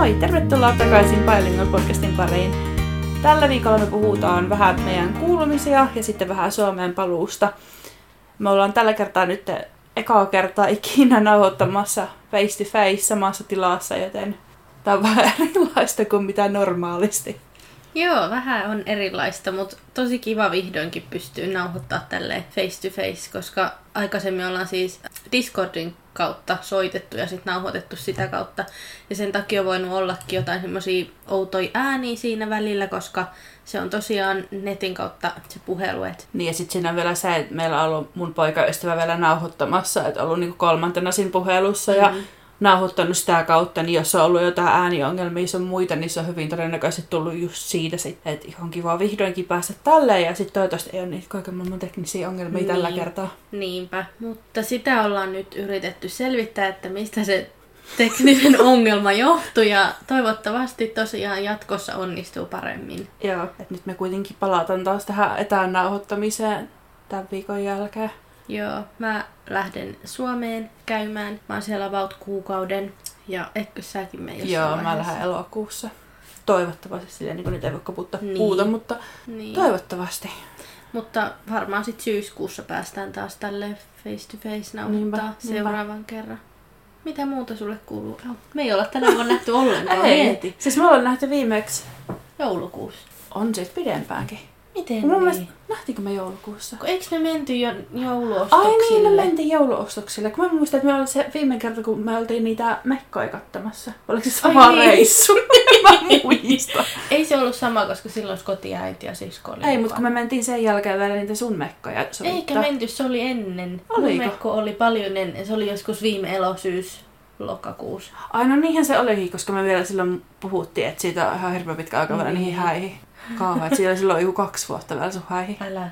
Moi, tervetuloa takaisin Bilingual podcastin pariin. Tällä viikolla me puhutaan vähän meidän kuulumisia ja sitten vähän Suomeen paluusta. Me ollaan tällä kertaa nyt ekaa kertaa ikinä nauhoittamassa face to face samassa tilassa, joten tämä on vähän erilaista kuin mitä normaalisti. Joo, vähän on erilaista, mutta tosi kiva vihdoinkin pystyy nauhoittaa tälleen face to face, koska aikaisemmin ollaan siis Discordin kautta soitettu ja sitten nauhoitettu sitä kautta. Ja sen takia on voinut ollakin jotain semmosia outoja ääniä siinä välillä, koska se on tosiaan netin kautta se puhelu. Niin ja sitten siinä on vielä se, että meillä on ollut mun poikaystävä vielä nauhoittamassa, että on ollut niinku kolmantena siinä puhelussa ja nauhoittanut sitä kautta, niin jos on ollut jotain ääniongelmia sun muita, niin se on hyvin todennäköisesti tullut just siitä sitten, että ihan kiva vihdoinkin päästä tälleen ja sitten toivottavasti ei ole niitä kaiken maailman teknisiä ongelmia tällä kertaa. Niinpä, mutta sitä ollaan nyt yritetty selvittää, että mistä se tekninen ongelma johtuu ja toivottavasti tosiaan jatkossa onnistuu paremmin. Joo, että nyt me kuitenkin palataan taas tähän etänauhoittamiseen tämän viikon jälkeen. Joo, mä lähden Suomeen käymään. Mä oon siellä about kuukauden. Ja etkö säkin mene jossain vaiheessa? Mä lähden elokuussa. Toivottavasti silleen, niin kuin nyt ei voi puuta, mutta toivottavasti. Mutta varmaan sitten syyskuussa päästään taas tälleen face to face nauhoittaa seuraavan kerran. Mitä muuta sulle kuuluu? Me ei olla tänään vaan nähty ollenkaan. Ei, siis me ollaan nähty viimeksi joulukuussa. On sit pidempäänkin. Miten mun mielestä, nähtiinkö me joulukuussa? Eikö me menty jo jouluostoksille? Ai niin, me mentiin jouluostoksille. Kun mä muistan, että me oli se viime kerta, kun me oltiin niitä mekkoja kattamassa. Oliko se sama reissu? Mä muistan. Ei se ollut sama, koska silloin kotiäiti ja sisko oli. Ei, mutta kun me mentiin sen jälkeen vielä niitä sun mekkoja sovittaa. Eikä menty, se oli ennen. Oliko? Mun mekko oli paljon ennen. Se oli joskus viime lokakuussa. Ai no niinhän se olikin, koska me vielä silloin puhuttiin, että siitä on ihan hirveän pitkä aika vielä niihin häihin. Kauan, että siellä silloin joku 2 vuotta vielä sun häihin. Älä.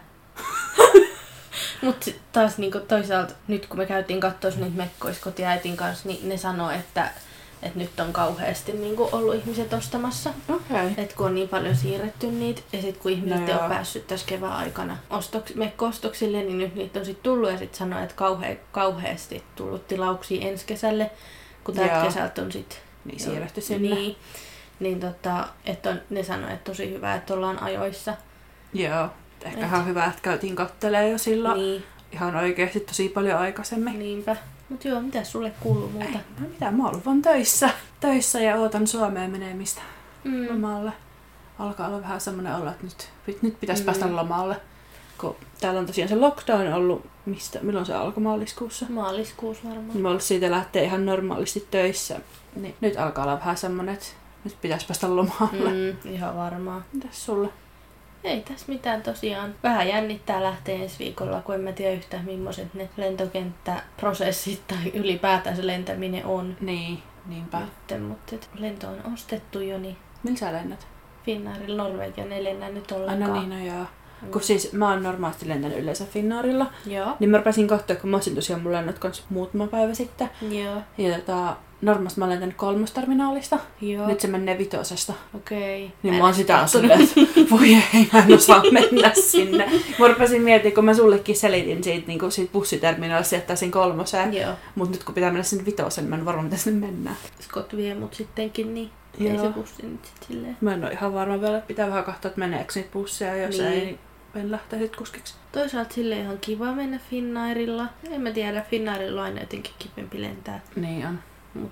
Mut taas niinku toisaalta, nyt kun me käytiin katsoa niitä mekkoissa kotiäitin kanssa, niin ne sanoo, että nyt on kauheasti niinku ollut ihmiset ostamassa. Okay. Et kun on niin paljon siirretty niitä, ja sit kun ihmiset ei ole päässyt tässä kevään aikana mekko-ostoksille, niin nyt niitä on sit tullut, ja sit sanoo, että kauheasti tullut tilauksia ensi kesälle, kun tältä kesältä on sit siirretty sinne. Niin että ne sanoo, että tosi hyvä, että ollaan ajoissa. Joo, ehkä ihan hyvä, että käytiin kattelemaan jo silloin ihan oikeasti tosi paljon aikaisemmin. Niinpä. Mut joo, mitä sulle kuuluu muuta? Ei, mitään, mä oon ollut vaan töissä ja ootan Suomeen menemistä lomalle. Alkaa olla vähän semmoinen olo, että nyt pitäisi päästä lomalle. Kun täällä on tosiaan se lockdown ollut, milloin se alkoi maaliskuussa? Maaliskuussa varmaan. Mä ollut siitä lähteä ihan normaalisti töissä. Niin nyt alkaa olla vähän semmoinen, että nyt pitäisi päästä lomalle. Ihan varmaan. Mitäs sulle? Ei tässä mitään tosiaan. Vähän jännittää lähteä ensi viikolla, kun en mä tiedä yhtään millaiset ne lentokenttäprosessit tai ylipäätään se lentäminen on. Niin, niinpä. Mutta lento on ostettu jo, niin... Millä sä lennät? Finnairilla, Norwegian ei lennä nyt ollenkaan. No niin, no joo. Kun siis mä oon normaalisti lentänyt yleensä Finnairilla. Joo. Niin mä rupesin katsoa, kun mä olisin tosiaan mun lennot kanssa muutama päivä sitten. Joo. Ja normaalisti mä oon lentänyt 3. terminaalista. Joo. Nyt se menee 5. Okei. Niin mä oon sitä silleen, että voi ei, mä en osaa mennä sinne. Mä rupesin miettimään, kun mä sullekin selitin siitä bussiterminaalista jättäisin 3. Mut nyt kun pitää mennä sinne 5, niin mä en varmaan miten sinne mennään. Scott vie mut sittenkin, niin joo. Ei se bussi nyt sit silleen. Mä en oo ihan varma vielä, että pitää vähän katsoa, että meneekö niitä busseja, jos ei, niin en lähteä sit kuskiksi. Toisaalta silleen ihan kiva mennä Finnairilla. En mä tiedä, Finnairilla on aina jotenkin kivempi lentää. Niin on.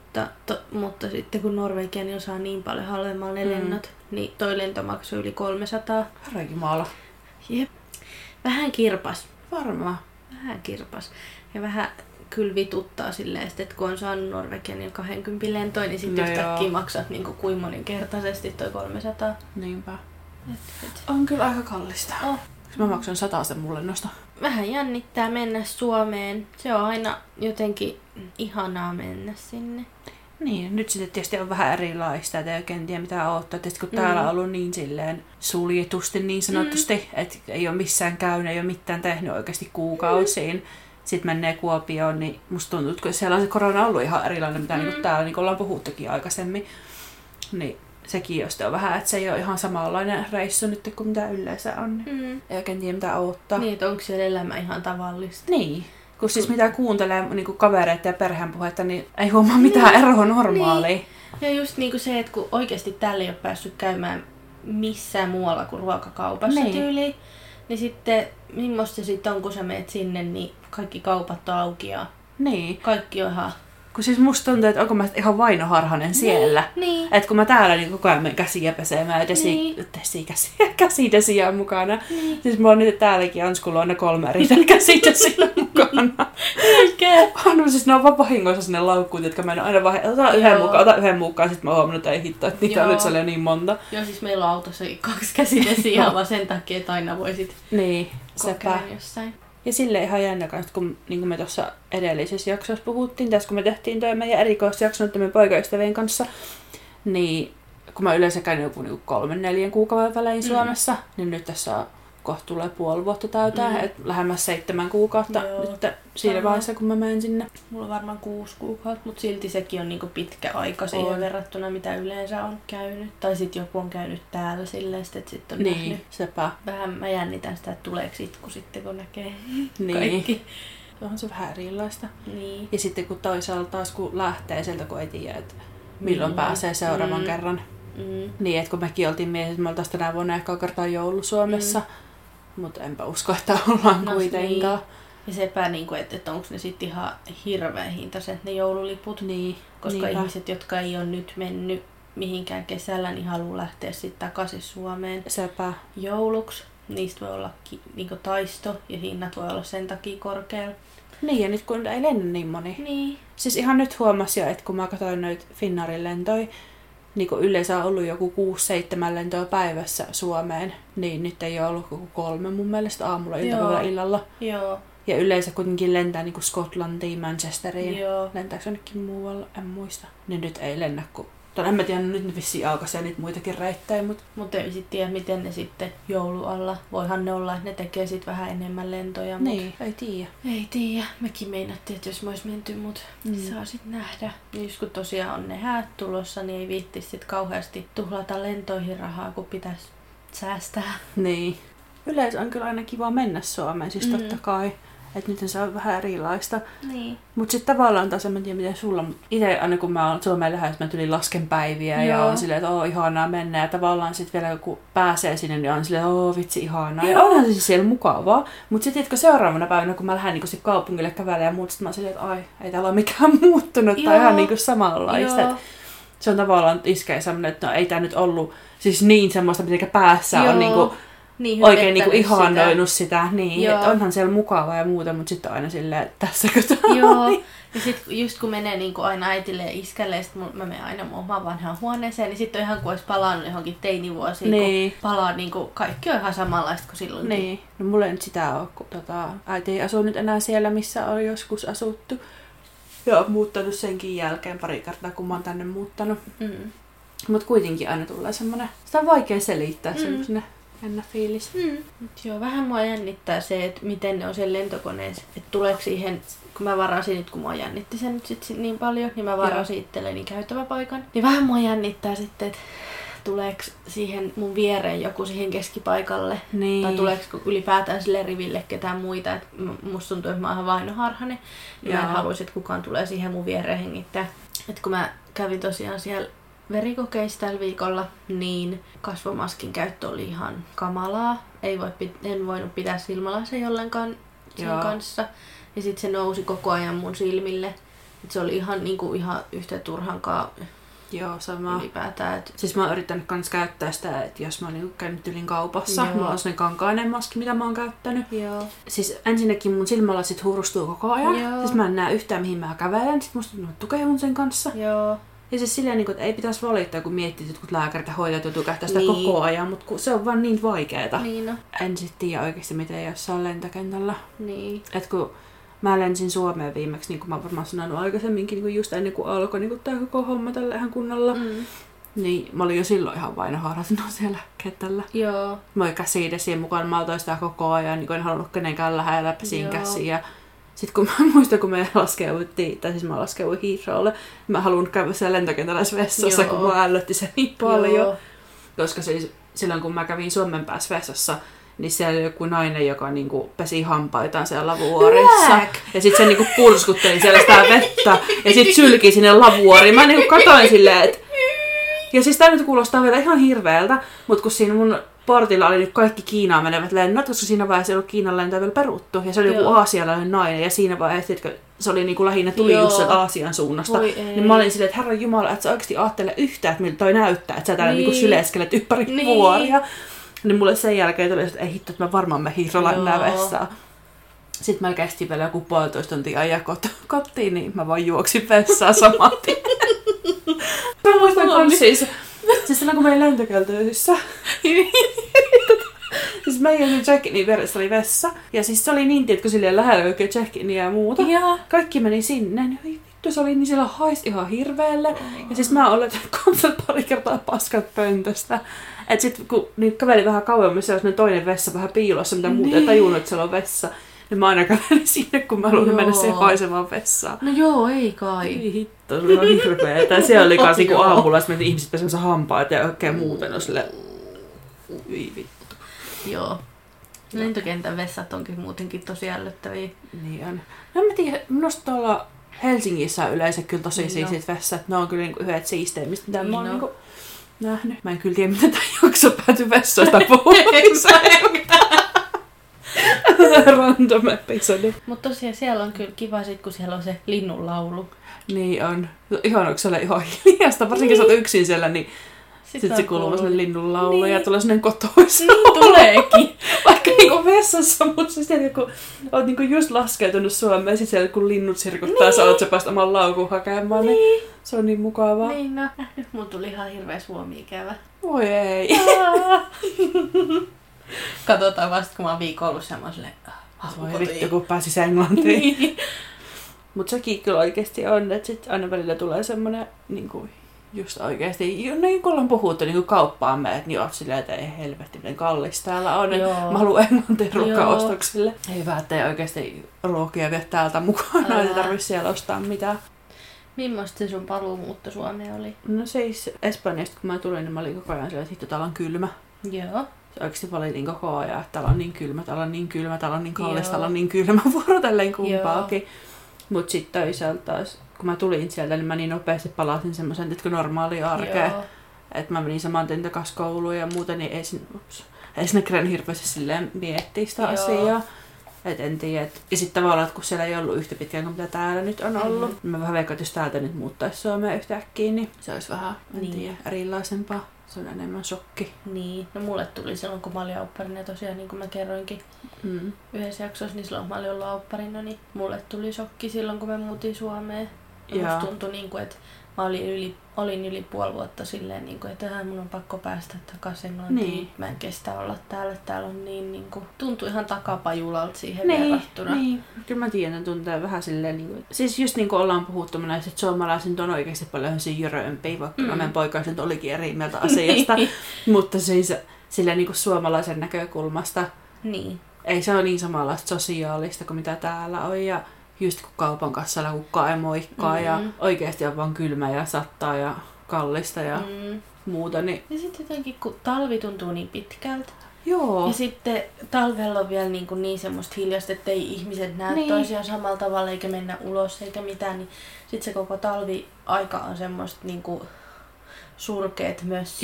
Mutta sitten kun Norwegian osaa niin paljon halvemmalla ne lennot, niin toi lento maksoi yli 300. Herranjumala. Jep. Vähän kirpas. Varmaan. Vähän kirpas. Ja vähän kyllä vituttaa silleen, että kun on saanut Norwegianin 20 lentoja, niin sitten yhtäkkiä maksat niin kuin moninkertaisesti toi 300. Niinpä. On kyllä aika kallista. Mä maksan 100 sen mun lennosta. Vähän jännittää mennä Suomeen. Se on aina jotenkin ihanaa mennä sinne. Niin, nyt sitten tietysti on vähän erilaista, että ei oikein tiedä mitä odottaa. Tietysti kun täällä on ollut niin silleen suljetusti niin sanotusti, että ei ole missään käynyt, ei ole mitään tehnyt oikeasti kuukausiin. Sitten menee Kuopioon, niin musta tuntuu, että siellä on se korona ollut ihan erilainen, mitä niin täällä niin ollaan puhuttukin aikaisemmin. Niin sekin on sitten vähän, että se ei ole ihan samanlainen reissu nyt kuin mitä yleensä on. Ei oikein tiedä mitä odottaa. Niin, että onko siellä elämä ihan tavallista. Niin. Kun siis mitä kuuntelee niin kavereita ja perheen puhetta, niin ei huomaa mitään eroa normaaliin. Niin. Ja just niinku se, että kun oikeasti täällä ei ole päässyt käymään missään muualla kuin ruokakaupassa tyyliin, niin sitten millaista se sitten on, kun sä menet sinne, niin kaikki kaupat on auki ja kaikki on ihan... Kun siis musta tuntuu, että onko mä ihan vainoharhanen siellä. Niin. Että kun mä täällä niin koko ajan menen käsiä pesemään ja käsidesiä mukana. Niin. Siis mulla on nyt täälläkin Anskulla aina 3 eri käsidesiä mukana. On siis ne on vaan vahingoissa sinne laukkuun, jotka mä en aina otan yhden mukaan, sit mä oon huomannut, että ei hitto, että niitä on nyt siellä niin monta. Joo, siis meillä on autossa 2 käsidesiä vaan sen takia, että aina voisit kokea jossain. Ja silleen ihan jännä kanssa, kun niin me tuossa edellisessä jaksossa puhuttiin, tässä kun me tehtiin toi meidän erikoisjakson meidän poikaystävien kanssa, niin kun mä yleensä käyn joku 3-4 kuukauden välein Suomessa, niin nyt tässä kohta tulee puoli vuotta täytään, että lähemmäs 7 kuukautta nyt siinä vaiheessa, kun mä menen sinne. Mulla on varmaan 6 kuukautta, mutta silti sekin on niinku pitkä aika siihen verrattuna, mitä yleensä on käynyt. Tai sitten joku on käynyt täällä silleen, että sitten on nähnyt. Sepä. Vähän mä jännitän sitä, että tuleeko itku sitten, kun näkee kaikki. Onhan se vähän erilaista. Niin. Ja sitten kun toisaalta taas kun lähtee sieltä, kun ei tiedä, että milloin pääsee seuraavan kerran. Niin, että kun mekin oltiin mielessä, että me oltaisiin tänä vuonna ehkä kertaa joulu Suomessa. Mutta enpä usko, että ollaan kuitenkaan. Niin. Ja sepä, niin että onko ne sitten ihan hirveän hintaiset ne joululiput. Niin. Koska ihmiset, jotka ei ole nyt mennyt mihinkään kesällä, niin haluaa lähteä sitten takaisin Suomeen jouluksi. Niistä voi olla niin taisto ja hinnat voi olla sen takia korkealla. Niin, ja nyt kun ei lennä niin moni. Niin. Siis ihan nyt huomasin jo, että kun mä katsoin noita Finnairin lentoja, niin kun yleensä on ollut joku 6-7 lentoa päivässä Suomeen, niin nyt ei ole ollut joku 3 mun mielestä aamulla, iltapäivällä, illalla. Joo. Ja yleensä kuitenkin lentää niin kuin Skotlantiin, Manchesteriin. Lentääkö jonnekin muualla, en muista. Niin nyt ei lennä, kun... En mä tiedä, nyt ne vissiin aukaisi ja niitä muitakin reittejä, Mutta ei sitten tiedä, miten ne sitten joulualla. Voihan ne olla, että ne tekee sitten vähän enemmän lentoja. Niin, ei tiedä. Ei tiedä. Mekin meinattiin, että jos me olisi menty, mutta saa sitten nähdä. Just kun tosiaan on ne häät tulossa, niin ei viitti sitten kauheasti tuhlata lentoihin rahaa, kun pitäisi säästää. Niin. Yleensä on kyllä aina kiva mennä Suomeen, siis totta kai. Että nyt se on vähän erilaista. Niin. Mutta sitten tavallaan taas, en tiedä miten sulla, mutta itse aina kun mä oon Suomeen lähes, mä tulin lasken päiviä ja on silleen, että ihanaa mennä. Ja tavallaan sitten vielä kun pääsee sinne, niin on silleen, että vitsi ihanaa. Ja onhan se siis siellä mukavaa. Mutta sitten kun seuraavana päivänä, kun mä lähden niin kun kaupungille kävelemään ja muuta, sitten mä oon silleen, että ei täällä ole mikään muuttunut tai ihan niin samanlaista. Se on tavallaan iskee semmoinen, että ei tää nyt ollut siis niin semmoista, mitenkä päässä on niinku... Niin, oikein niinku ihannoinut sitä. Niin, että onhan siellä mukavaa ja muuta, mutta sitten aina silleen, että tässäkö tää Joo. Ja sitten just kun menee niinku aina äitille ja iskälle ja sitten mä menen aina mun omaan vanhaan huoneeseen, niin sitten on ihan kuin olisi palannut johonkin teinivuosiin, kun palaa niinku, kaikki on ihan samanlaista kuin silloinkin. Niin, no mulla ei nyt sitä ole, kun äiti ei asu nyt enää siellä, missä on joskus asuttu. Ja oon muuttanut senkin jälkeen pari kertaa, kun mä oon tänne muuttanut. Mutta kuitenkin aina tulee semmonen, sitä on vaikea selittää semmoinen jännä fiilis. Joo, vähän mua jännittää se, että miten ne on siellä lentokoneessa. Että tuleeko siihen, kun mä varasin nyt, kun mua jännitti sen nyt sit niin paljon, niin mä varasin itselleni käytäväpaikan. Niin vähän mua jännittää sitten, että tuleeko siihen mun viereen joku siihen keskipaikalle. Niin. Tai tuleeko ylipäätään sille riville ketään muita. Et musta tuntuu, että mä oon ihan vainoharhainen. Niin mä en haluaisi, että kukaan tulee siihen mun viereen hengittää. Et kun mä kävin tosiaan siellä verikokeissa tällä viikolla, niin kasvomaskin käyttö oli ihan kamalaa. En voinut pitää silmälaseja ollenkaan sen kanssa. Ja sitten se nousi koko ajan mun silmille. Et se oli ihan, ihan yhtä turhankaan. Joo, sama. Ylipäätään. Siis mä oon yrittänyt kans käyttää sitä, että jos mä oon käynyt tylin kaupassa, mulla on sellainen kankainen maski, mitä mä oon käyttänyt. Joo. Siis ensinnäkin mun silmälasit huurustuu koko ajan. Joo. Siis mä en näe yhtään mihin mä kävelen. Sit musta tukee mun sen kanssa. Joo. Ja siis silleen, että ei pitäisi valittaa, kun miettii, että jotkut lääkärit ja hoitajat joutuu käyttää sitä koko ajan, mutta se on vaan niin vaikeeta. Niin no. En sit tiedä oikeasti, miten jossain lentokentällä. Niin. Et kun mä lensin Suomeen viimeksi, niin kuin mä varmaan sanonut aikaisemminkin, niin just ennen kuin alkoi niin tää koko homma tällä ihan kunnolla. Niin mä olin jo silloin ihan vainoharhaisena siellä kentällä. Joo. Mä olin käsidesiä mukaan, mä oltoin sitä koko ajan, niin en halunnut kenenkään lähellä pesiin käsiä. Sitten kun mä muistan, kun me laskeuduttiin, tai siis mä laskeuduin Heathrowlle, mä halunnut käydä siellä lentokentällä vessassa, kun mä ällötti se niin paljon. Joo. Koska siis silloin, kun mä kävin Suomen päässä vessassa, niin siellä oli joku nainen, joka niinku pesi hampaitaan siellä lavuorissa. Ja sitten se niinku purskutteli siellä sitä vettä ja sitten sylki sinne lavuoriin. Mä niinku katoin silleen, että Ja siis tää nyt kuulostaa vielä ihan hirveältä, mutta kun siinä mun portilla oli nyt kaikki Kiinaan menevät lennot, koska siinä vaiheessa ei ollut Kiinan lentoja vielä peruttu. Ja se oli joku aasialainen nainen ja siinä vaiheessa, että se oli niinku lähinnä tuli just sen Aasian suunnasta. Niin mä olin silleen, että herran jumala, että sä oikeasti ajattele yhtään, että miltä toi näyttää, että sä täällä niinku syleskelet ympäri vuoria. Niin mulle sen jälkeen tuli, että ei hitto, että mä varmaan me hiirolla vessaan. Sitten mä kesti vielä joku 1,5 tuntia ajaa kotiin, niin mä vaan juoksin vessaan saman tien. Mä muistan kans siis silloin kun mä olin lentokäytöissä. Siis meidän check-inin vieressä oli vessa. Ja siis se oli niin, tiedätkö, silleen lähellä oikein check-inia ja muuta. Ja kaikki meni sinne. Niin vittu, se oli niin siellä haisi ihan hirveelle. Ja siis mä olen pari kertaa paskat pöntöstä. Et sit kun niin käveli vähän kauemmin, se olisi toinen vessa vähän piilossa, mitä muuta ei tajunnut, että siellä on vessa. Niin mä aina kävelin sinne, kun mä haluan mennä siihen haisemaan vessaan. No joo, ei kai. Ei hitto, se oli ihan hirveetä. Siellä oli kans niinku aamulla, että ihmiset pesemässä hampaat ja oikein muuten on silleen... vittu. Joo. Lentokentän vessat onkin muutenkin tosi ällöttäviä. Niin on. No mä tiedän, minusta tuolla Helsingissä on yleensä kyllä tosi siistiät vessat. Ne on kyllä niinku yhdet siisteimmistä, mitä mä oon niinku nähnyt. Mä en kyllä tiedä, miten tää jakso päätyi vessoista puhumiseen. Random episodi. Mutta tosiaan siellä on kyllä kiva sit, kun siellä on se linnunlaulu. Niin on. Ihan onko siellä ihan hiljasta, varsinkin sä oot yksin siellä, niin sitten se kuuluu sellainen linnunlaulu ja tulee sellainen kotoisa. Niin tuleekin. Vaikka niinku vessassa, mutta siis kun oot niinku just laskeutunut Suomeen ja sit siellä kun linnut sirkuttaa, sä oot se päästä oman laukun hakemaan, niin se on niin mukavaa. Niin no. Nyt mun tuli ihan hirveä suomi-ikävä. Voi ei. Katsotaan vasta, kun mä oon viikoulussa ja mä oon silleen, voi vittu, kun pääsis Englantiin. Niin. Mut sekin kyllä oikeesti on, että sit aina välillä tulee semmonen niinku just oikeesti, niin kun ollaan puhuttu niinku kauppaan meet, niin oot silleen, että ei helvetti, miten kallis täällä on. Mä haluan Englantiin ruokaostoksille. Hyvä, että ei oikeesti ruokia vie täältä mukana, ei tarvitse siellä ostaa mitään. Millaista se sun paluumuutto Suomeen oli? No siis Espanjasta kun mä tulin, niin mä olin koko ajan silleen, että täällä on kylmä. Joo. Oikeasti valitin koko ajan, että täällä on niin kylmä, täällä on niin kylmä, täällä on niin kallis, täällä on niin kylmä vuorotellen kumpaakin. Mut sit toisaalta taas, kun mä tulin sieltä, niin mä niin nopeasti palasin semmoisen, että normaaliin arkeen. Että mä menin saman tien takas kouluun ja muuta, niin ei sinne kerran hirveästi silleen miettiä sitä asiaa. Et en tiedä. Ja sitten tavallaan, että kun siellä ei ollut yhtä pitkään kuin mitä täällä nyt on ollut, niin mä vähän veikkaan, että jos täältä nyt muuttaisi Suomeen yhtäkkiä, niin se olisi vähän, en tiedä, erilaisempaa. Se on enemmän shokki. Niin. No mulle tuli silloin, kun mä olin aupparina, ja tosiaan niin kuin mä kerroinkin yhdessä jaksossa, niin silloin kun mä olin ollut aupparina, niin mulle tuli shokki silloin, kun me muutin Suomeen. Ja musta tuntui, niin kuin, että mä olin yli puoli vuotta silleen, niin kuin, että mun on pakko päästä takaisin Englantiin. Niin. Mä en kestä olla täällä. Täällä on niin kuin, tuntui ihan takapajulalta siihen verrattuna. Niin. Kyllä mä tiedän, tuntee vähän silleen, niin kuin, siis just niin kuin ollaan puhuttu, että suomalaiset on oikeasti paljon jyrömpiä, vaikka meidän poikaiset olikin eri mieltä asiasta. Mutta siis silleen niin kuin suomalaisen näkökulmasta ei se ole niin samanlaista sosiaalista kuin mitä täällä on. Ja just kun kaupan kassalla kukaan ei moikkaa ja oikeasti on vaan kylmä ja sattaa ja kallista ja muuta. Niin... Ja sitten jotenkin, kun talvi tuntuu niin pitkältä. Joo. Ja sitten talvella on vielä niin semmoista hiljasta, että ei ihmiset näe toisiaan samalla tavalla eikä mennä ulos eikä mitään. Niin sitten se koko talviaika on semmoista niinku surkeet myös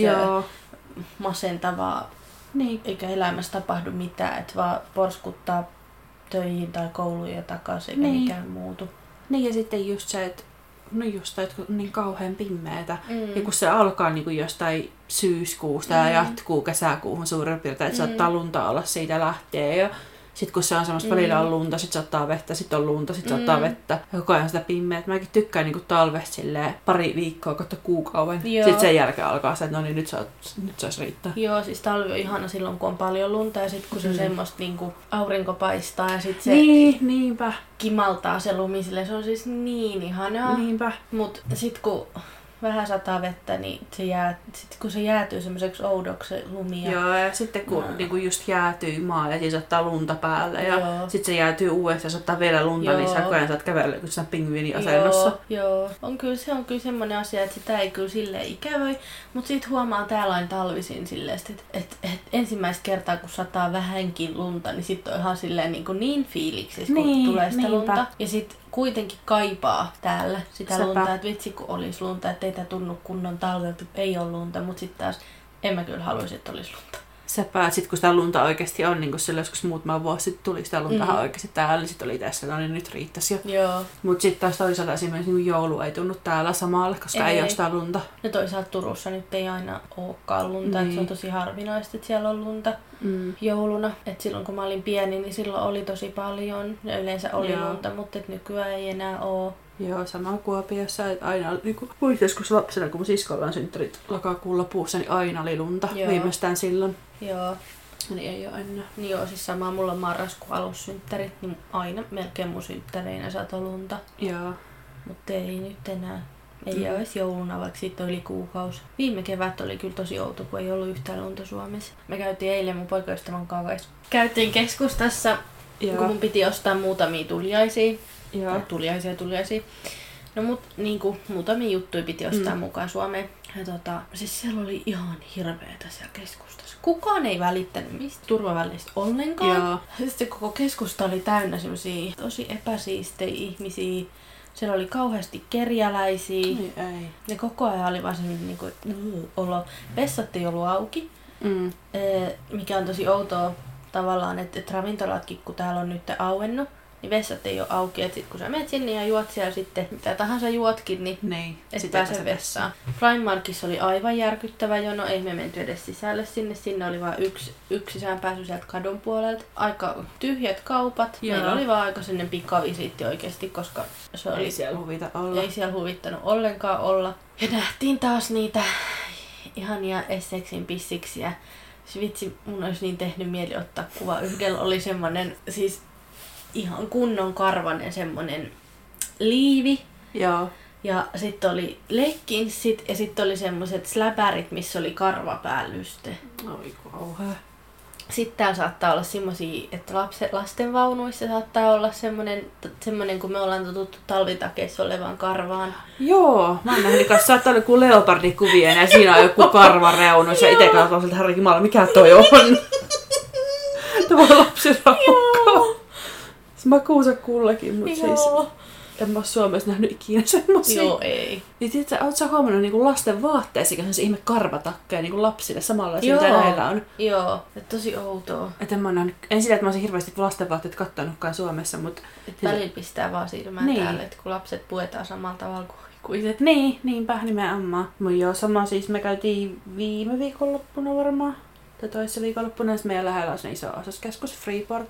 masentavaa. Niin. Eikä elämässä tapahdu mitään, että vaan porskuttaa töihin tai kouluun ja takaisin, eikä mikään muutu. Niin ja sitten just se, että niin kauhean pimmeetä. Ja kun se alkaa niin kuin jostain syyskuusta ja jatkuu kesäkuuhun suurin piirtein, että saattaa lunta olla siitä lähtien. Ja sitten kun se on semmoista välillä on lunta, sit saattaa vettä, sit on lunta, sit saattaa vettä. Ja koko ajan sitä pimmeää. Mäkin tykkään niin kuin talvesta silleen pari viikkoa, kautta kuukauden. Sitten sen jälkeen alkaa se, että no niin nyt saisi riittää. Joo, siis talvi on ihana silloin, kun on paljon lunta ja sitten kun se semmoista niinku aurinko paistaa ja sitten se niinpä. Kimaltaa se lumi silleen, se on siis niin ihanaa. Niinpä. Mut sit kun vähän sataa vettä, niin kun se jäätyy semmoiseksi oudoksi se lumi. Joo, ja sitten kun niinku just jäätyy maa ja siinä saattaa lunta päälle ja sitten se jäätyy uudestaan ja saattaa vielä lunta, niin sä koko ajan saat kävellä kun sä pingviiniasennossa. Joo. Se on kyllä semmoinen asia, että sitä ei kyllä silleen ikävöi, mutta sit huomaa täällä on talvisin silleen, että ensimmäistä kertaa kun sataa vähänkin lunta, niin sit on ihan silleen niin fiiliksissä, kun tulee sitä lunta. Ja sit kuitenkin kaipaa täällä sitä Sepä. lunta, että vitsi kun olisi lunta, että ei tää tunnu kunnon talvelta, ei ole lunta, mutta sitten taas en mä kyllä haluaisi, että olisi lunta. Sepä, sit kun sitä lunta oikeasti on, niin kun sillä joskus muutama vuosi sitten tuli sitä luntahan oikeasti täällä, niin sitten oli tässä, no niin nyt riittäisi jo. Joo. Mutta sitten taas toisaalta esimerkiksi niin joulu ei tunnu täällä samalle, koska ei ole sitä lunta. Ja toisaalta Turussa nyt ei aina olekaan lunta, että se on tosi harvinaista, että siellä on lunta jouluna. Et silloin kun mä olin pieni, niin silloin oli tosi paljon ja yleensä oli lunta, mutta nykyään ei enää ole. Joo, sama Kuopiossa, että aina niin muistan joskus lapsena, kun mun siskolla on synttärit lokakuun lopussa, niin aina oli lunta. Joo. Viimeistään silloin. Joo. Niin ei ole enää. Niin joo, siis sama mulla on marraskuun alussynttärit, niin aina melkein mun synttäreinä sato lunta. Joo. Mutta ei nyt enää. Ei ole edes jouluna, vaikka siitä oli kuukausi. Viime kevät oli kyllä tosi outo, kun ei ollut yhtään lunta Suomessa. Me käytiin eilen mun poikaystävän kanssa. Käytiin keskustassa, kun mun piti ostaa muutamia tuliaisia. Joo. Tuliaisia. No mut niinku muutamia juttuja piti ostaa mukaan Suomeen. Ja siis siellä oli ihan hirveetä siellä keskustassa. Kukaan ei välittänyt mistä turvaväleistä ollenkaan. Joo. Sitten koko keskusta oli täynnä semmosia tosi epäsiistejä ihmisiä. Siellä oli kauheasti kerjäläisiä. Ei. Ja koko ajan oli vaan semmoinen niinku, olo. Vessat ei ollut auki. Mikä on tosi outoa tavallaan, että ravintolatkin kun täällä on nyt auennut, niin vessat ei ole auki. Et sit kun sä menet sinne ja juot siellä sitten mitä tahansa juotkin, niin et pääse vessaan. Primarkissa oli aivan järkyttävä jono. Ei me menty edes sisälle sinne. Sinne oli vain yksi sisäänpääsy sieltä kadun puolelta. Aika tyhjät kaupat. Joo. Meillä oli vaan aika sellainen pikavisiitti oikeasti, koska se oli, ei siellä huvita olla. Ei siellä huvittanut ollenkaan olla. Ja nähtiin taas niitä ihania Essexin pissiksiä. Vitsi, mun olisi niin tehnyt mieli ottaa kuva. Yhdellä oli semmonen siis ihan kunnon karvanen semmonen liivi. Joo. Ja sitten oli leggingsit ja sitten oli semmoset släpärit, missä oli karvapäällyste. Oi kauhea. Sitten täällä saattaa olla semmosia, että lastenvaunuissa saattaa olla semmonen kun me ollaan totuttu talvitakeissa olevaan karvaan. Joo, mä oon nähnyt kanssa, saattaa olla joku leopardikuvia ja siinä on joku karvareunus ja ite katsotaan sieltä, herra jumala, mikä toi on? Tämä on lapsiraukkaa. Mä kuusan kullakin, mutta siis en mä oo Suomessa nähnyt ikinä semmosia. Joo, ei. Niin tiiätkö, oot sä huomannut niinku lasten vaatteisiin, kun se ihme karvatakkeja niinku lapsille samanlaisia, mitä näillä on? Joo, että tosi outoa. Et en mä oon nähnyt, en sitä, että mä oisin hirveästi lasten vaatteet kattanutkaan Suomessa, mutta välillä pistää vaan silmään täällä, että kun lapset puetaan samalla tavalla kuin aikuiset. Niin, niinpä nimenomaan. Mutta joo, sama siis me käytiin viime viikonloppuna varmaan, tai toisessa viikonloppuna, ja meidän lähellä on iso osaskeskus, Freeport.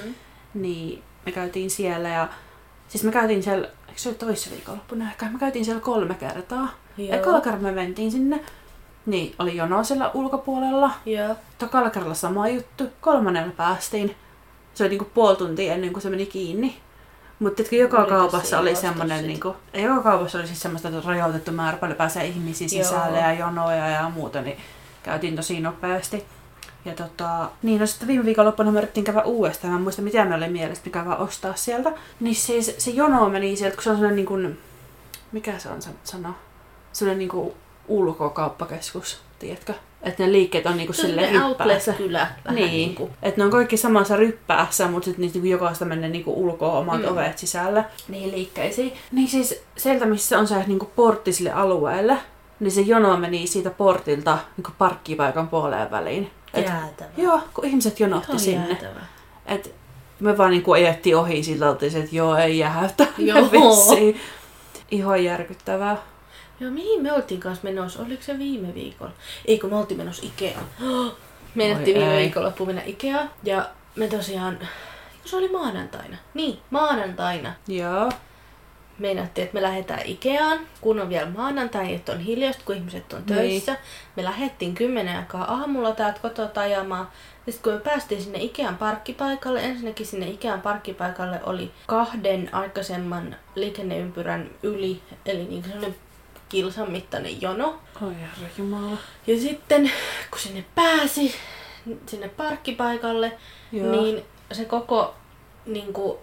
Niin me käytiin siellä ja siis me käytiin siellä, eikö se ole toisessa viikonloppuna ehkä? Me käytiin siellä 3 kertaa. Ekalla kerralla me mentiin sinne, niin oli jono siellä ulkopuolella. Joo. Tokalla kerralla sama juttu, 3. päästiin. Se oli niinku puoli tuntia ennen kuin se meni kiinni. Mutta joka kaupassa oli semmoinen, niinku, joka kaupassa oli siis semmoista rajoitettu määrä, paljon pääsee ihmisiä sisälle ja jonoja ja muuta, niin käytiin tosi nopeasti. Ja niin, no sitten viime viikonloppuna me yritettiin käydä uudestaan. Mä en muista, mitä me oli mielestä, mikä vaan ostaa sieltä. Niin siis se jono meni sieltä, kun se on sellainen niin kuin, mikä se on se sana? Sellainen niin kuin ulkokauppakeskus, tiedätkö? Että ne liikkeet on niinku silleen ryppäässä. Outlet-kylä. Niin. Että ne on kaikki samassa ryppäässä, mutta sitten niistä jokaista menee niinku ulkoa omat ovet sisällä niihin liikkeisiin. Niin siis sieltä, missä on se niinku portti sille alueelle, niin se jono meni siitä portilta niinku parkkipaikan puoleen väliin. Jäätävä. Joo, kun ihmiset jonohti sinne. Et me vaan niinku ajettiin ohi siltä, että joo, ei jäähäytä. Vissiin. Ihan järkyttävää. Joo, mihin me oltiin kanssa menossa? Oliko se viime viikolla? Ei, kun me oltiin menossa Ikeaan. Meinattiin viime viikonloppuun mennä Ikeaan. Ja me tosiaan, se oli maanantaina. Niin, maanantaina. Joo. Meinattiin, että me lähdetään Ikeaan, kun on vielä maanantai, että on hiljaista, kun ihmiset on töissä. Me lähdettiin 10 aikaa aamulla täältä kotoa ajamaan. Ja sitten kun me päästiin sinne Ikean parkkipaikalle, ensinnäkin sinne Ikean parkkipaikalle oli 2 aikaisemman liikenneympyrän yli, eli niin sellainen kilsan mittainen jono. Oi herra jumala. Ja sitten kun sinne pääsi, sinne parkkipaikalle, niin se koko niin kuin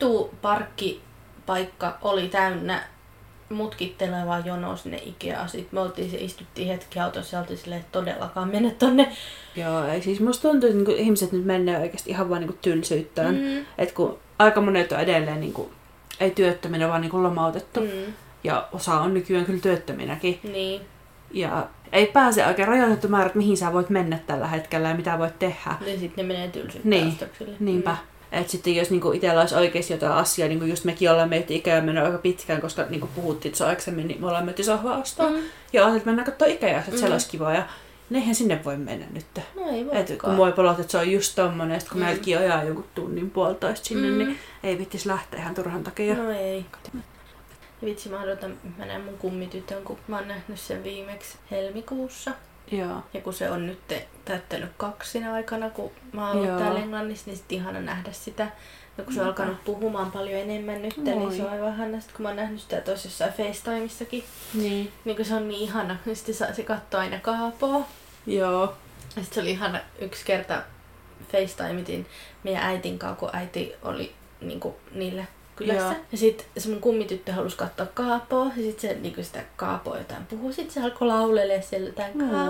etuparkkipaikka oli täynnä mutkittelevaa jonoa sinne Ikeaan. Sitten me istuttiin hetki autossa ja oltiin silleen, että todellakaan mene tonne. Joo, ei siis musta tuntuu, että ihmiset nyt menee oikeasti ihan vaan tylsyyttään. Että kun aika monet on edelleen ei työttöminä, vaan niinku lomautettu. Ja osa on nykyään kyllä työttöminäkin. Niin. Ja ei pääse oikein rajoitettu määrä, että mihin sä voit mennä tällä hetkellä ja mitä voit tehdä. Ja sitten ne menee tylsyttäostoksille. Niinpä. Että sitten jos niinku itsellä olisi oikeasti jotain asiaa, niin kuin just mekin ollaan meitä ikää mennyt aika pitkään, koska niinku puhuttiin tuossa aikaisemmin, niin me ollaan menty sohvaa ostaa. Ja ajattelin, että mennään katsoa Ikea, että siellä olisi kiva. Ja eihän sinne voi mennä nyt. No ei voikaan. Et kun mua pelotti, että se on just tommonen, että kun meilläkin ajaa jonkun tunnin puolitoista sinne, niin ei vittis lähteä ihan turhan takia. No ei. Vitsi, mä odotan, mä näen mun kummitytön, kun mä oon nähnyt sen viimeksi helmikuussa. Joo. Ja kun se on nyt täyttänyt 2 siinä aikana, kun mä oon ollut täällä Englannissa, niin sit ihana nähdä sitä. Ja kun se on alkanut puhumaan paljon enemmän nyt, niin se on aivan ihana. Sitten kun mä oon nähnyt sitä tuossa jossain FaceTimeissakin, niin kun se on niin ihana, niin sitten se katsoo aina Kaapoa. Joo. Ja sitten se oli ihana yksi kerta FaceTimetin meidän äitin kanssa, kun äiti oli niinku niillä kylässä. Joo. Ja sit se mun kummityttö halusi katsoa Kaapoa, ja sit se niinku sitä Kaapoa jotain puhui. Sit se alkoi laulelemaan siellä jotain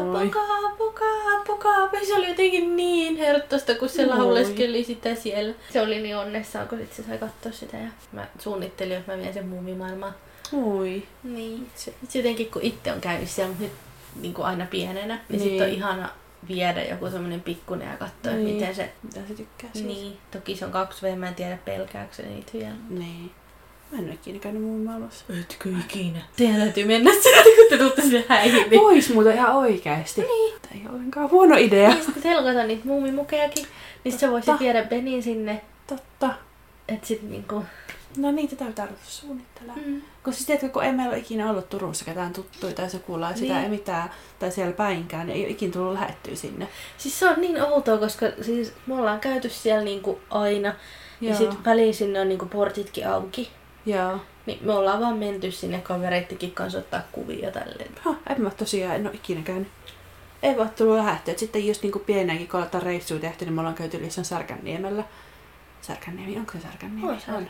Kaapo. Ja se oli jotenkin niin hertosta, kun se lauleskeli sitä siellä. Se oli niin onnessaan, kun sit se sai katsoa sitä. Ja mä suunnittelin, että mä vien sen muumimaailmaan. Oi. Niin. Sit jotenkin, kun itse on käynyt siellä, mutta nyt niinku aina pienenä, niin sit on ihana viedä joku semmonen pikkunen ja katsoa, että miten se... Mitä se tykkää siitä. Niin. Toki se on 2V, mä en tiedä pelkääkö se niitä vielä. Niin. Mä en ole ikinä käynyt muun maailmassa. Etkö ikinä? Teidän täytyy mennä sieltä, kun te tuutte sinne häihin. Vois muuta ihan oikeesti. Niin. Tämä ei ole ollenkaan huono idea. Niin, kun telkata niitä muumimukejakin, niin sä voisit viedä Benin sinne. Totta. Et sit niinku... No niitä täytyy ruveta suunnittelemaan. Koska siis tiedätkö, kun ei meillä ole ikinä ollut Turussa ketään tuttuja tai sukulaisia sitä ei mitään, tai siellä päinkään, niin ei ole ikinä tullut lähettyä sinne. Siis se on niin outoa, koska siis me ollaan käyty siellä niinku aina, ja sit väliin sinne on niinku portitkin auki. Joo. Niin me ollaan vaan menty sinne kavereittikin kanssa ottaa kuvia tälleen. En mä tosiaan, en ole ikinä käynyt. Ei voi tullut lähettyä. Et sitten just niinku pienenkin, kun ollaan reissua tehty, niin me ollaan käyty jossain Särkänniemellä. Särkänniemi, onko se Särkänniemi? On.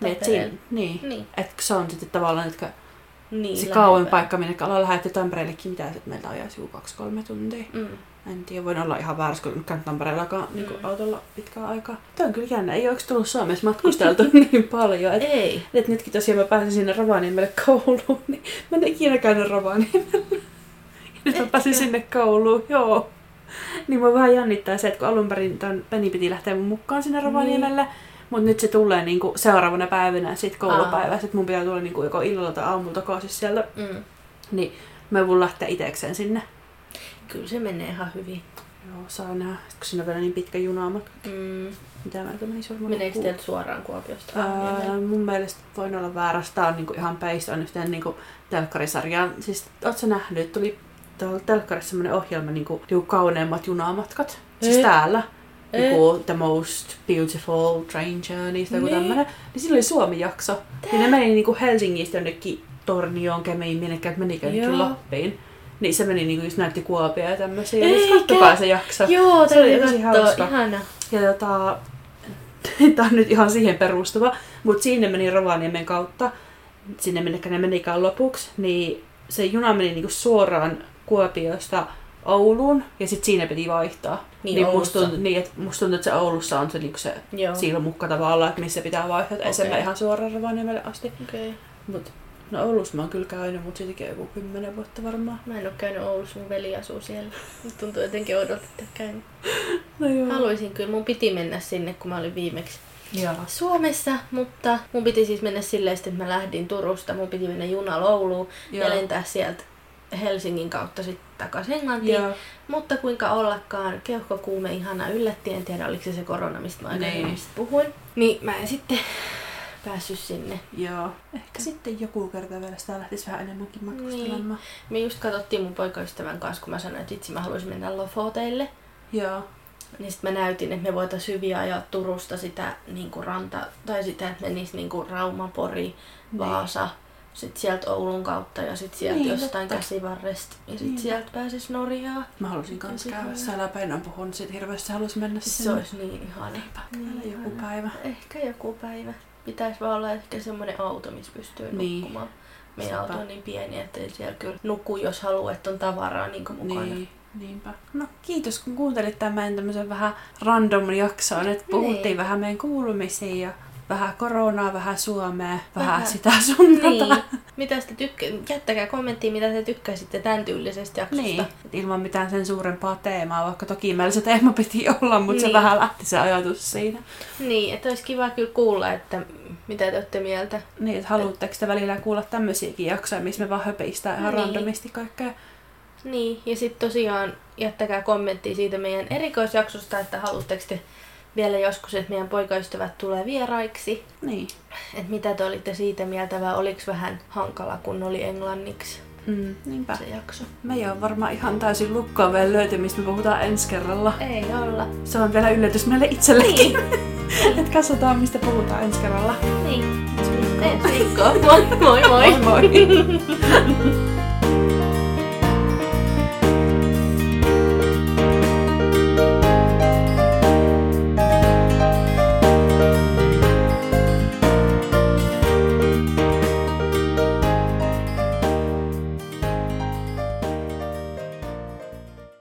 Niin. Että se on sitten tavallaan, että niin, se kauan paikka, minne ollaan lähdetty Tampereellekin, mitä että meiltä ajaisi 2-3 tuntia. En tiedä, voin olla ihan väärässä, kun nyt Tampereellakaan niin autolla pitkään aikaa. Tämä on kyllä jännä. Ei ole tullut Suomessa matkusteltu niin paljon. Ei. Et nytkin tosiaan mä pääsin sinne Rovaniemelle kouluun, niin mä en ikinä käynyt Rovaniemellä. Nyt mä pääsin sinne kouluun, joo. Niin mua vähän jännittää se, että kun alun perin Penny piti lähteä mun mukaan sinne Rovaniemelle, mutta nyt se tulee niinku seuraavana päivänä sit koulupäivässä, että mun pitää tulla niinku joko illalla tai aamulla takaisin sieltä. Niin mä voin lähteä itekseen sinne. Kyllä se menee ihan hyvin. Joo, saa nähdä. Kun siinä on vielä niin pitkä junamatka. Mitä mä menisi varmaan? Meneekö teiltä suoraan Kuopiosta? Mun mielestä voin olla väärässä. Tää on niinku ihan based on yhteen niinku telkkarisarjaan. Siis oot sä nähnyt? Tuli tuolla telkkarissa semmonen ohjelma niinku kauneimmat junamatkat. Siis täällä. Joku The Most Beautiful Train Journey tai joku tämmönen. Niin sillä oli Suomi-jakso. Ja ne meni niinku Helsingistä jonnekin Tornioon, Kemiin, minnekään menikään jonnekin Lappiin. Niin se meni niinku just näytti Kuopia ja tämmösiä. Ja kattokaa se jakso. Joo, se oli tosi hauska. Ihana. Ja tää on nyt ihan siihen perustuva. Mut siinä meni Rovaniemen kautta. Sinne minnekään ne menikään lopuksi. Niin se juna meni niinku suoraan Kuopiosta Ouluun ja sitten siinä piti vaihtaa. Niin musta tuntuu, että se Oulussa on se, niinku se silmukka tavallaan, että missä pitää vaihtaa. Ei se ihan suoraan Rovaniemelle asti. Mut, no Oulussa mä oon kyllä käynyt, mutta siitäkin joku 10 vuotta varmaan. Mä en oo käynyt Oulussa, mun veli asuu siellä. Nyt tuntuu jotenkin oudolta, että käynyt. No joo. Haluaisin kyllä, mun piti mennä sinne, kun mä olin viimeksi Suomessa, mutta mun piti siis mennä silleen, että mä lähdin Turusta, mun piti mennä junalla Ouluun ja lentää sieltä Helsingin kautta sitten takaisin Englantiin. Mutta kuinka ollakaan, keuhkokuume ihana yllätti, en tiedä oliko se korona, mistä mä aikaisemmin puhuin. Niin mä en sitten päässyt sinne. Joo. Ehkä sitten joku kerta vielä sitä lähtisi vähän enemmänkin matkustelemaan. Niin. Me just katsottiin mun poikaystävän kanssa, kun mä sanoin, että itse mä haluaisin mennä Lofoteille. Joo. Niin sit mä näytin, että me voitais hyvin ajaa Turusta sitä niinku tai sitä, että menisi niinku Rauma, Pori, Vaasa. Sitten sieltä Oulun kautta ja sitten sieltä jostain Käsivarresta. Ja sitten sieltä pääsis Norjaan. Mä halusin kans käydä. Sä Päin on puhunut sit hirveästi, haluaisin mennä sinne. Se olisi niin ihana. Niin, joku päivä. Ehkä joku päivä. Pitäis vaan olla ehkä semmonen auto, missä pystyy nukkumaan. Meidän auto on niin pieni, ettei siellä kyllä nuku, jos haluaa, että on tavaraa niin mukana. Niinpä. No kiitos kun kuuntelit tämän tämmöisen vähän random jakson, että puhuttiin vähän meidän kuulumisiin ja Vähän koronaa, vähän Suomea, vähän sitä sun tätä. Niin. Mitä jättäkää kommenttia, mitä te tykkäsitte tämän tyylisestä jaksosta. Niin, ilman mitään sen suurempaa teemaa, vaikka toki meillä se teema piti olla, mutta se vähän lähti se ajatus siinä. Niin, että olisi kiva kyllä kuulla, että mitä te olette mieltä. Niin, että haluatteko te välillä kuulla tämmöisiäkin jaksoja, missä me vaan höpistään ihan randomisti kaikkea. Niin, ja sitten tosiaan jättäkää kommenttia siitä meidän erikoisjaksosta, että haluatteko te vielä joskus, että meidän poikaystävät tulee vieraiksi. Niin. Että mitä te olitte siitä mieltä, vai oliko vähän hankala, kun oli englanniksi niinpä. se jakso. Me ei ole varmaan ihan täysin lukkoa vielä löyty, mistä me puhutaan ensi kerralla. Ei olla. Se on vielä yllätys meille itsellekin. Niin. Et katsotaan, mistä puhutaan ensi kerralla. Niin. Ensi viikkoon. Moi moi! Moi moi!